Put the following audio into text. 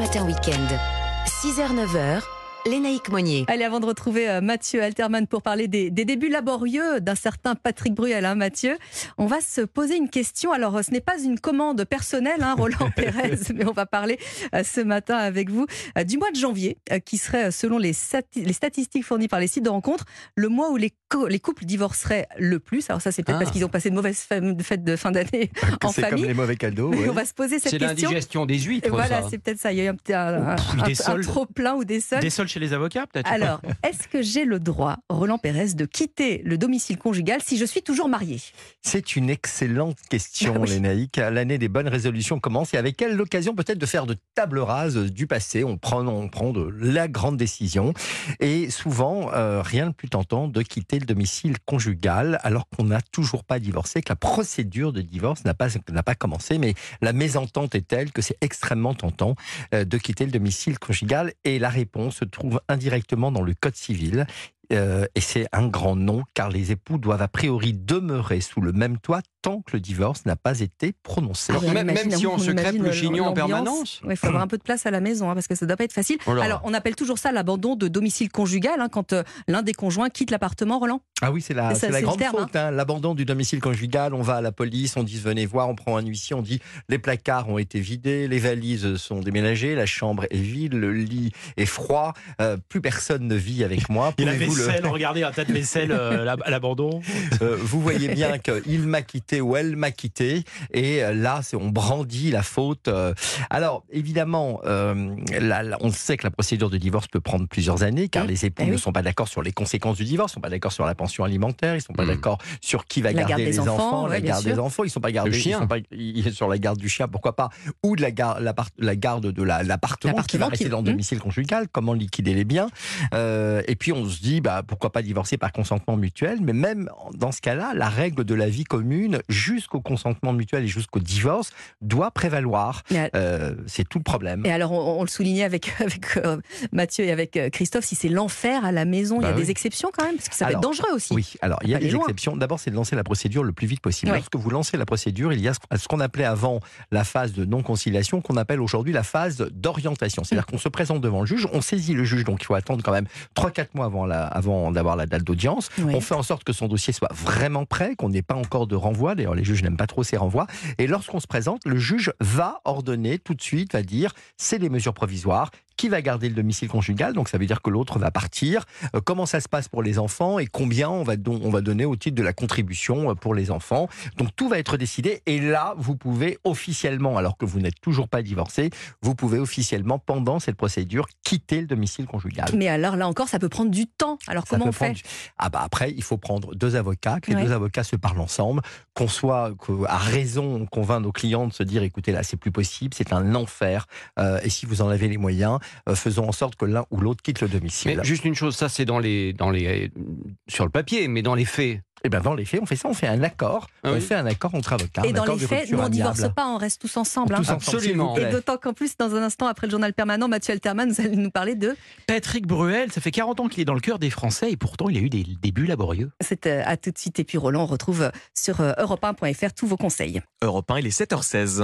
matin week-end. 6h-9h, Lénaïque Monnier. Allez, avant de retrouver Mathieu Alterman pour parler des débuts laborieux d'un certain Patrick Bruel, Mathieu, on va se poser une question. Alors, ce n'est pas une commande personnelle, Roland Pérez, mais on va parler ce matin avec vous du mois de janvier, qui serait, selon les statistiques fournies par les sites de rencontres, le mois où les couples divorceraient le plus. Alors ça, c'est peut-être parce qu'ils ont passé de mauvaises fêtes de fin d'année en c'est famille. comme les mauvais cadeaux. Mais on va se poser cette question. C'est l'indigestion des huîtres. Et voilà, ça. c'est peut-être ça. Il y a eu un trop plein ou des soldes. Des soldes chez les avocats, peut-être. Alors, est-ce que j'ai le droit, Roland Pérez, de quitter le domicile conjugal si je suis toujours marié ? C'est une excellente question, Lénaïque. L'année des bonnes résolutions commence et avec elle l'occasion peut-être de faire de table rase du passé. On prend de la grande décision et souvent rien de plus tentant de quitter le domicile conjugal alors qu'on n'a toujours pas divorcé, que la procédure de divorce n'a pas commencé, mais la mésentente est telle que c'est extrêmement tentant de quitter le domicile conjugal et la réponse se trouve indirectement dans le Code civil. Et c'est un grand non, car les époux doivent a priori demeurer sous le même toit tant que le divorce n'a pas été prononcé. Alors, même si on se crêpe le chignon en permanence. Il faut avoir un peu de place à la maison, parce que ça ne doit pas être facile. Alors, on appelle toujours ça l'abandon de domicile conjugal, quand l'un des conjoints quitte l'appartement, Roland. Ah oui, c'est la grande faute, l'abandon du domicile conjugal. On va à la police, on dit venez voir, on prend un huissier, on dit les placards ont été vidés, les valises sont déménagées, la chambre est vide, le lit est froid, plus personne ne vit avec moi. Et la vaisselle, regardez un tas de vaisselle à l'abandon. Vous voyez bien qu'il m'a quitté ou elle m'a quitté, et là on brandit la faute. Alors évidemment, on sait que la procédure de divorce peut prendre plusieurs années, car les époux ne sont pas d'accord sur les conséquences du divorce, ils ne sont pas d'accord sur la pension alimentaire, ils ne sont pas d'accord sur qui va garder les enfants, la garde des enfants, ils ne sont pas gardés, sur la garde du chien, pourquoi pas, ou de la garde de l'appartement qui va rester dans le domicile conjugal, comment liquider les biens. Et puis on se dit, pourquoi pas divorcer par consentement mutuel, mais même dans ce cas-là, la règle de la vie commune, jusqu'au consentement mutuel et jusqu'au divorce, doit prévaloir. C'est tout le problème. Et alors, on le soulignait avec Mathieu et avec Christophe, si c'est l'enfer à la maison, il y a des exceptions quand même, parce que ça peut être dangereux aussi. Oui, alors il y a des exceptions. D'abord, c'est de lancer la procédure le plus vite possible. Lorsque vous lancez la procédure, il y a ce qu'on appelait avant la phase de non-conciliation, qu'on appelle aujourd'hui la phase d'orientation. C'est-à-dire qu'on se présente devant le juge, on saisit le juge, donc il faut attendre quand même 3-4 mois avant d'avoir la date d'audience. On fait en sorte que son dossier soit vraiment prêt, qu'on n'ait pas encore de renvoi. D'ailleurs, les juges n'aiment pas trop ces renvois. Et lorsqu'on se présente, le juge va ordonner tout de suite, va dire, c'est des mesures provisoires. Qui va garder le domicile conjugal, donc ça veut dire que l'autre va partir. Comment ça se passe pour les enfants et combien on va donner au titre de la contribution pour les enfants. Donc tout va être décidé et là, vous pouvez officiellement, alors que vous n'êtes toujours pas divorcé, vous pouvez officiellement, pendant cette procédure, quitter le domicile conjugal. Mais alors là encore, ça peut prendre du temps. Alors comment on fait ? Après, il faut prendre 2 avocats, que les 2 avocats se parlent ensemble, qu'à raison, on convainc nos clients de se dire, écoutez, là, c'est plus possible, c'est un enfer. Et si vous en avez les moyens, faisons en sorte que l'un ou l'autre quitte le domicile. Mais juste une chose, ça c'est sur le papier, mais dans les faits. Eh bien, dans les faits, on fait ça, on fait un accord. On fait un accord entre avocats. Et dans les faits, nous, on ne divorce pas, on reste tous ensemble. Absolument. Et d'autant qu'en plus, dans un instant, après le journal permanent, Mathieu Alterman, vous allez nous parler de Patrick Bruel. Ça fait 40 ans qu'il est dans le cœur des Français et pourtant, il a eu des débuts laborieux. C'est à tout de suite. Et puis Roland, on retrouve sur europe1.fr tous vos conseils. Europe 1, il est 7h16.